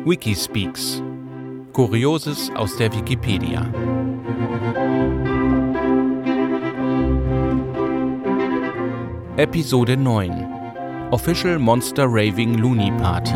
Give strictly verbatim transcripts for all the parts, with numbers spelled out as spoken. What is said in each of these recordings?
Wikispeaks. Kurioses aus der Wikipedia. Episode neun. Official Monster Raving Loony Party.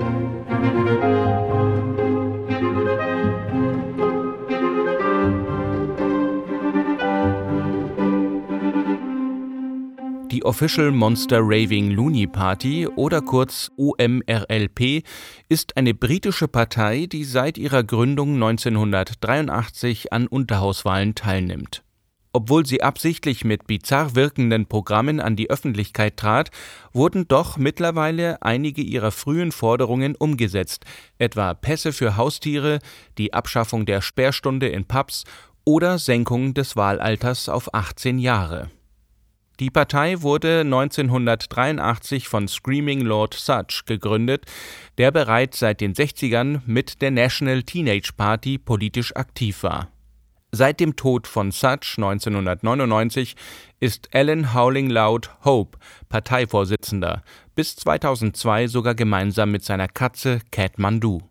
Die Official Monster Raving Loony Party oder kurz O M R L P ist eine britische Partei, die seit ihrer Gründung neunzehnhundertdreiundachtzig an Unterhauswahlen teilnimmt. Obwohl sie absichtlich mit bizarr wirkenden Programmen an die Öffentlichkeit trat, wurden doch mittlerweile einige ihrer frühen Forderungen umgesetzt, etwa Pässe für Haustiere, die Abschaffung der Sperrstunde in Pubs oder Senkung des Wahlalters auf achtzehn Jahre. Die Partei wurde neunzehnhundertdreiundachtzig von Screaming Lord Sutch gegründet, der bereits seit den sechzigern mit der National Teenage Party politisch aktiv war. Seit dem Tod von Sutch neunzehnhundertneunundneunzig ist Alan Howling Loud Hope Parteivorsitzender, bis zweitausendzwei sogar gemeinsam mit seiner Katze Kathmandu.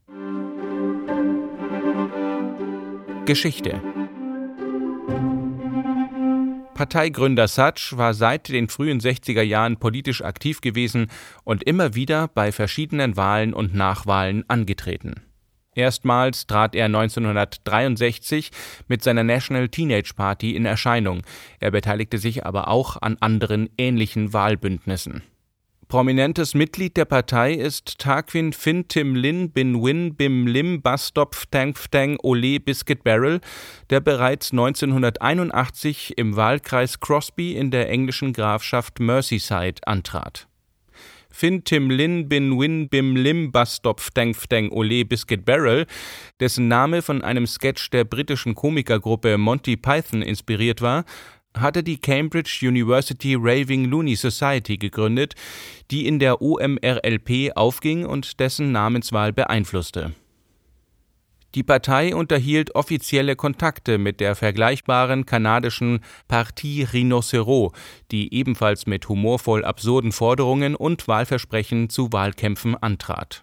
Geschichte. Parteigründer Sutch war seit den frühen sechziger Jahren politisch aktiv gewesen und immer wieder bei verschiedenen Wahlen und Nachwahlen angetreten. Erstmals trat er neunzehnhundertdreiundsechzig mit seiner National Teenage Party in Erscheinung, er beteiligte sich aber auch an anderen ähnlichen Wahlbündnissen. Prominentes Mitglied der Partei ist Tarquin Fin Tim Lin Bin Win Bim Lim Bastop Ftang Ftang Ole Biscuit Barrel, der bereits neunzehnhunderteinundachtzig im Wahlkreis Crosby in der englischen Grafschaft Merseyside antrat. Fin Tim Lin Bin Win Bim Lim Bastop Ftang Ftang Ole Biscuit Barrel, dessen Name von einem Sketch der britischen Komikergruppe Monty Python inspiriert war, hatte die Cambridge University Raving Loony Society gegründet, die in der O M R L P aufging und dessen Namenswahl beeinflusste. Die Partei unterhielt offizielle Kontakte mit der vergleichbaren kanadischen Parti Rhinocero, die ebenfalls mit humorvoll absurden Forderungen und Wahlversprechen zu Wahlkämpfen antrat.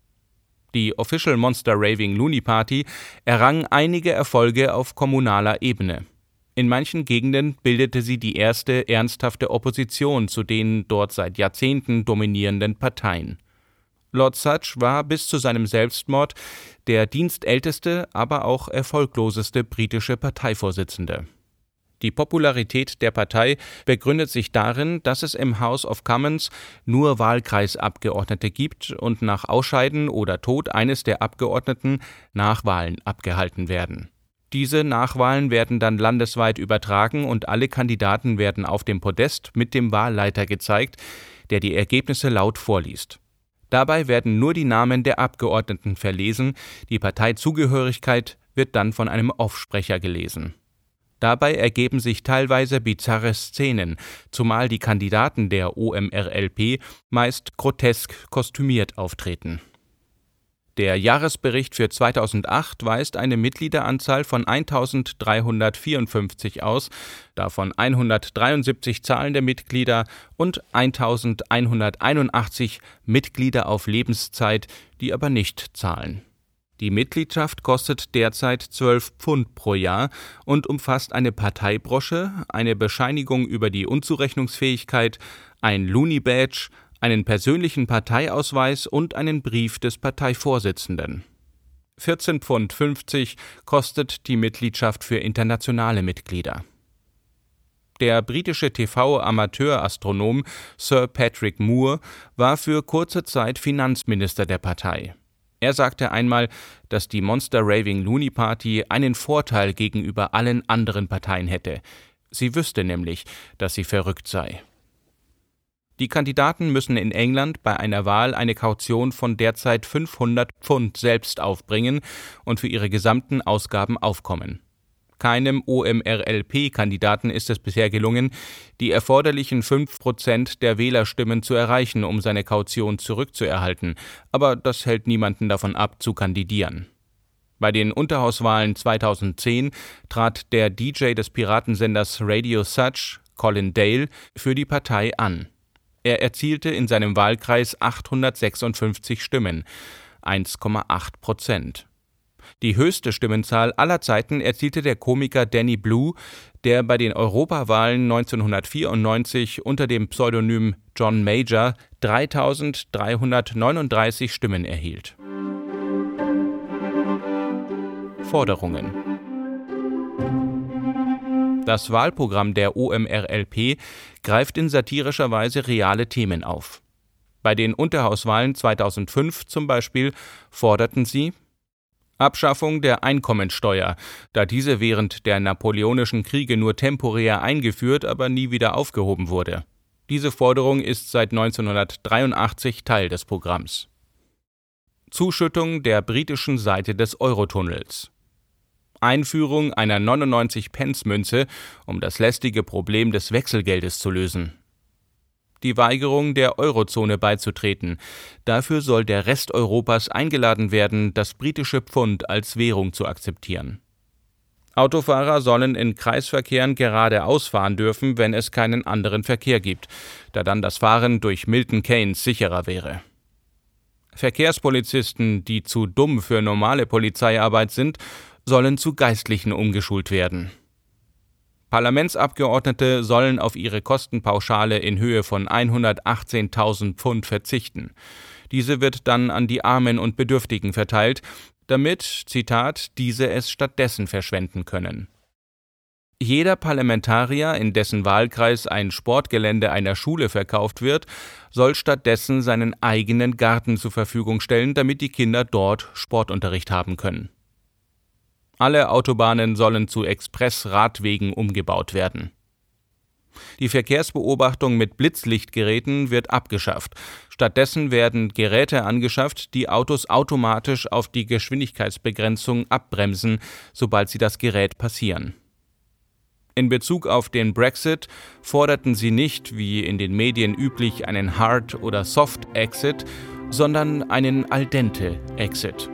Die Official Monster Raving Loony Party errang einige Erfolge auf kommunaler Ebene. In manchen Gegenden bildete sie die erste ernsthafte Opposition zu den dort seit Jahrzehnten dominierenden Parteien. Lord Sutch war bis zu seinem Selbstmord der dienstälteste, aber auch erfolgloseste britische Parteivorsitzende. Die Popularität der Partei begründet sich darin, dass es im House of Commons nur Wahlkreisabgeordnete gibt und nach Ausscheiden oder Tod eines der Abgeordneten Nachwahlen abgehalten werden. Diese Nachwahlen werden dann landesweit übertragen und alle Kandidaten werden auf dem Podest mit dem Wahlleiter gezeigt, der die Ergebnisse laut vorliest. Dabei werden nur die Namen der Abgeordneten verlesen, die Parteizugehörigkeit wird dann von einem Offsprecher gelesen. Dabei ergeben sich teilweise bizarre Szenen, zumal die Kandidaten der O M R L P meist grotesk kostümiert auftreten. Der Jahresbericht für zweitausendacht weist eine Mitgliederanzahl von eintausenddreihundertvierundfünfzig aus, davon hundertdreiundsiebzig zahlende Mitglieder und eintausendeinhunderteinundachtzig Mitglieder auf Lebenszeit, die aber nicht zahlen. Die Mitgliedschaft kostet derzeit zwölf Pfund pro Jahr und umfasst eine Parteibrosche, eine Bescheinigung über die Unzurechnungsfähigkeit, ein Loony Badge, einen persönlichen Parteiausweis und einen Brief des Parteivorsitzenden. vierzehn Pfund fünfzig kostet die Mitgliedschaft für internationale Mitglieder. Der britische T V-Amateurastronom Sir Patrick Moore war für kurze Zeit Finanzminister der Partei. Er sagte einmal, dass die Monster Raving Loony Party einen Vorteil gegenüber allen anderen Parteien hätte. Sie wüsste nämlich, dass sie verrückt sei. Die Kandidaten müssen in England bei einer Wahl eine Kaution von derzeit fünfhundert Pfund selbst aufbringen und für ihre gesamten Ausgaben aufkommen. Keinem O M R L P-Kandidaten ist es bisher gelungen, die erforderlichen fünf Prozent der Wählerstimmen zu erreichen, um seine Kaution zurückzuerhalten, aber das hält niemanden davon ab, zu kandidieren. Bei den Unterhauswahlen zweitausendzehn trat der D J des Piratensenders Radio Sutch, Colin Dale, für die Partei an. Er erzielte in seinem Wahlkreis achthundertsechsundfünfzig Stimmen. eins Komma acht Prozent. Die höchste Stimmenzahl aller Zeiten erzielte der Komiker Danny Blue, der bei den Europawahlen neunzehnhundertvierundneunzig unter dem Pseudonym John Major dreitausenddreihundertneununddreißig Stimmen erhielt. Forderungen. Das Wahlprogramm der O M R L P greift in satirischer Weise reale Themen auf. Bei den Unterhauswahlen zweitausendfünf zum Beispiel forderten sie Abschaffung der Einkommensteuer, da diese während der Napoleonischen Kriege nur temporär eingeführt, aber nie wieder aufgehoben wurde. Diese Forderung ist seit neunzehnhundertdreiundachtzig Teil des Programms. Zuschüttung der britischen Seite des Eurotunnels. Einführung einer neunundneunzig-Pence-Münze, um das lästige Problem des Wechselgeldes zu lösen. Die Weigerung, der Eurozone beizutreten. Dafür soll der Rest Europas eingeladen werden, das britische Pfund als Währung zu akzeptieren. Autofahrer sollen in Kreisverkehren geradeaus fahren dürfen, wenn es keinen anderen Verkehr gibt, da dann das Fahren durch Milton Keynes sicherer wäre. Verkehrspolizisten, die zu dumm für normale Polizeiarbeit sind, sollen zu Geistlichen umgeschult werden. Parlamentsabgeordnete sollen auf ihre Kostenpauschale in Höhe von hundertachtzehntausend Pfund verzichten. Diese wird dann an die Armen und Bedürftigen verteilt, damit, Zitat, diese es stattdessen verschwenden können. Jeder Parlamentarier, in dessen Wahlkreis ein Sportgelände einer Schule verkauft wird, soll stattdessen seinen eigenen Garten zur Verfügung stellen, damit die Kinder dort Sportunterricht haben können. Alle Autobahnen sollen zu Express-Radwegen umgebaut werden. Die Verkehrsbeobachtung mit Blitzlichtgeräten wird abgeschafft. Stattdessen werden Geräte angeschafft, die Autos automatisch auf die Geschwindigkeitsbegrenzung abbremsen, sobald sie das Gerät passieren. In Bezug auf den Brexit forderten sie nicht, wie in den Medien üblich, einen Hard- oder Soft-Exit, sondern einen Al-dente-Exit.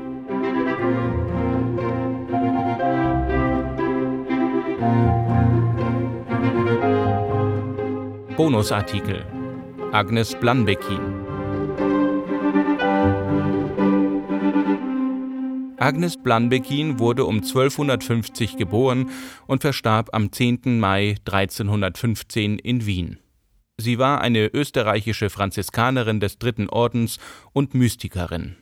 Bonusartikel. Agnes Blanbekin. Agnes Blanbekin wurde um zwölfhundertfünfzig geboren und verstarb am zehnten Mai dreizehnhundertfünfzehn in Wien. Sie war eine österreichische Franziskanerin des dritten Ordens und Mystikerin.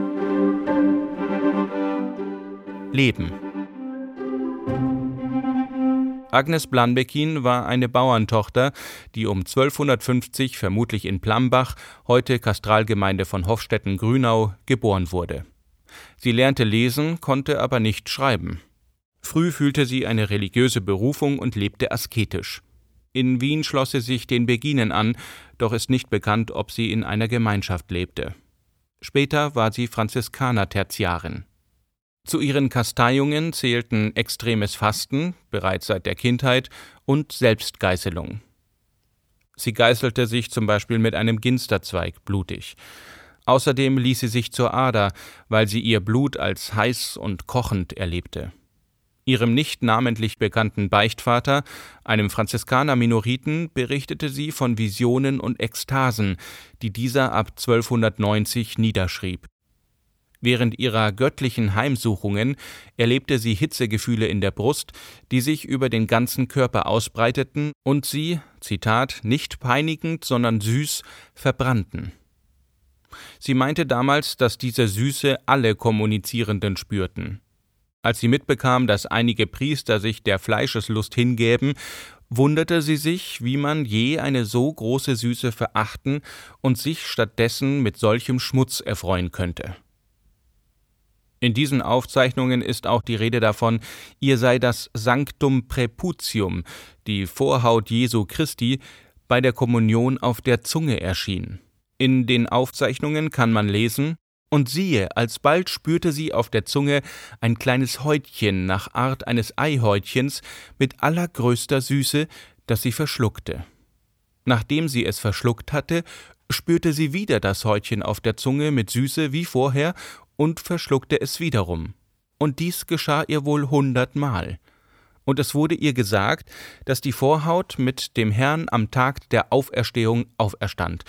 Leben. Agnes Blanbekin war eine Bauerntochter, die um zwölfhundertfünfzig vermutlich in Plambach, heute Kastralgemeinde von Hofstetten-Grünau, geboren wurde. Sie lernte lesen, konnte aber nicht schreiben. Früh fühlte sie eine religiöse Berufung und lebte asketisch. In Wien schloss sie sich den Beginen an, doch ist nicht bekannt, ob sie in einer Gemeinschaft lebte. Später war sie Franziskaner-Tertiarin. Zu ihren Kasteiungen zählten extremes Fasten, bereits seit der Kindheit, und Selbstgeißelung. Sie geißelte sich zum Beispiel mit einem Ginsterzweig blutig. Außerdem ließ sie sich zur Ader, weil sie ihr Blut als heiß und kochend erlebte. Ihrem nicht namentlich bekannten Beichtvater, einem Franziskaner-Minoriten, berichtete sie von Visionen und Ekstasen, die dieser ab zwölfhundertneunzig niederschrieb. Während ihrer göttlichen Heimsuchungen erlebte sie Hitzegefühle in der Brust, die sich über den ganzen Körper ausbreiteten und sie, Zitat, nicht peinigend, sondern süß, verbrannten. Sie meinte damals, dass diese Süße alle Kommunizierenden spürten. Als sie mitbekam, dass einige Priester sich der Fleischeslust hingäben, wunderte sie sich, wie man je eine so große Süße verachten und sich stattdessen mit solchem Schmutz erfreuen könnte. In diesen Aufzeichnungen ist auch die Rede davon, ihr sei das Sanctum Praeputium, die Vorhaut Jesu Christi, bei der Kommunion auf der Zunge erschien. In den Aufzeichnungen kann man lesen: Und siehe, alsbald spürte sie auf der Zunge ein kleines Häutchen nach Art eines Eihäutchens mit allergrößter Süße, das sie verschluckte. Nachdem sie es verschluckt hatte, spürte sie wieder das Häutchen auf der Zunge mit Süße wie vorher und verschluckte es wiederum. Und dies geschah ihr wohl hundertmal. Und es wurde ihr gesagt, dass die Vorhaut mit dem Herrn am Tag der Auferstehung auferstand,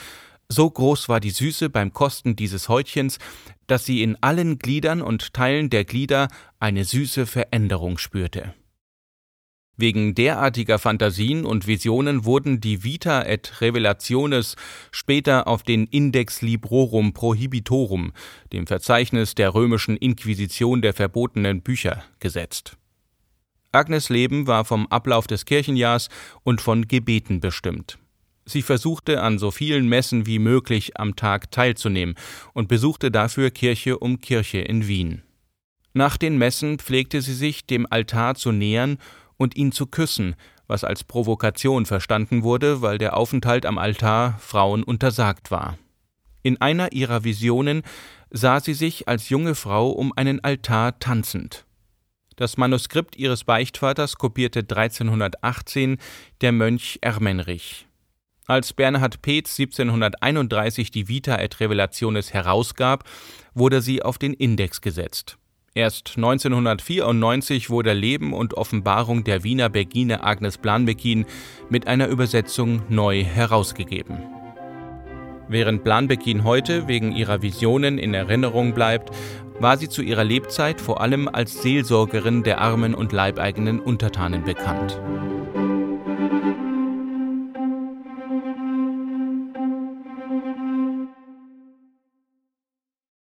So groß war die Süße beim Kosten dieses Häutchens, dass sie in allen Gliedern und Teilen der Glieder eine süße Veränderung spürte. Wegen derartiger Fantasien und Visionen wurden die Vita et Revelationes später auf den Index Librorum Prohibitorum, dem Verzeichnis der römischen Inquisition der verbotenen Bücher, gesetzt. Agnes' Leben war vom Ablauf des Kirchenjahrs und von Gebeten bestimmt. Sie versuchte, an so vielen Messen wie möglich am Tag teilzunehmen und besuchte dafür Kirche um Kirche in Wien. Nach den Messen pflegte sie sich dem Altar zu nähern und ihn zu küssen, was als Provokation verstanden wurde, weil der Aufenthalt am Altar Frauen untersagt war. In einer ihrer Visionen sah sie sich als junge Frau um einen Altar tanzend. Das Manuskript ihres Beichtvaters kopierte dreizehnhundertachtzehn der Mönch Ermenrich. Als Bernhard Peetz siebzehnhunderteinunddreißig die Vita et Revelationes herausgab, wurde sie auf den Index gesetzt. Erst neunzehnhundertvierundneunzig wurde Leben und Offenbarung der Wiener Begine Agnes Blanbekin mit einer Übersetzung neu herausgegeben. Während Blanbekin heute wegen ihrer Visionen in Erinnerung bleibt, war sie zu ihrer Lebzeit vor allem als Seelsorgerin der armen und leibeigenen Untertanen bekannt.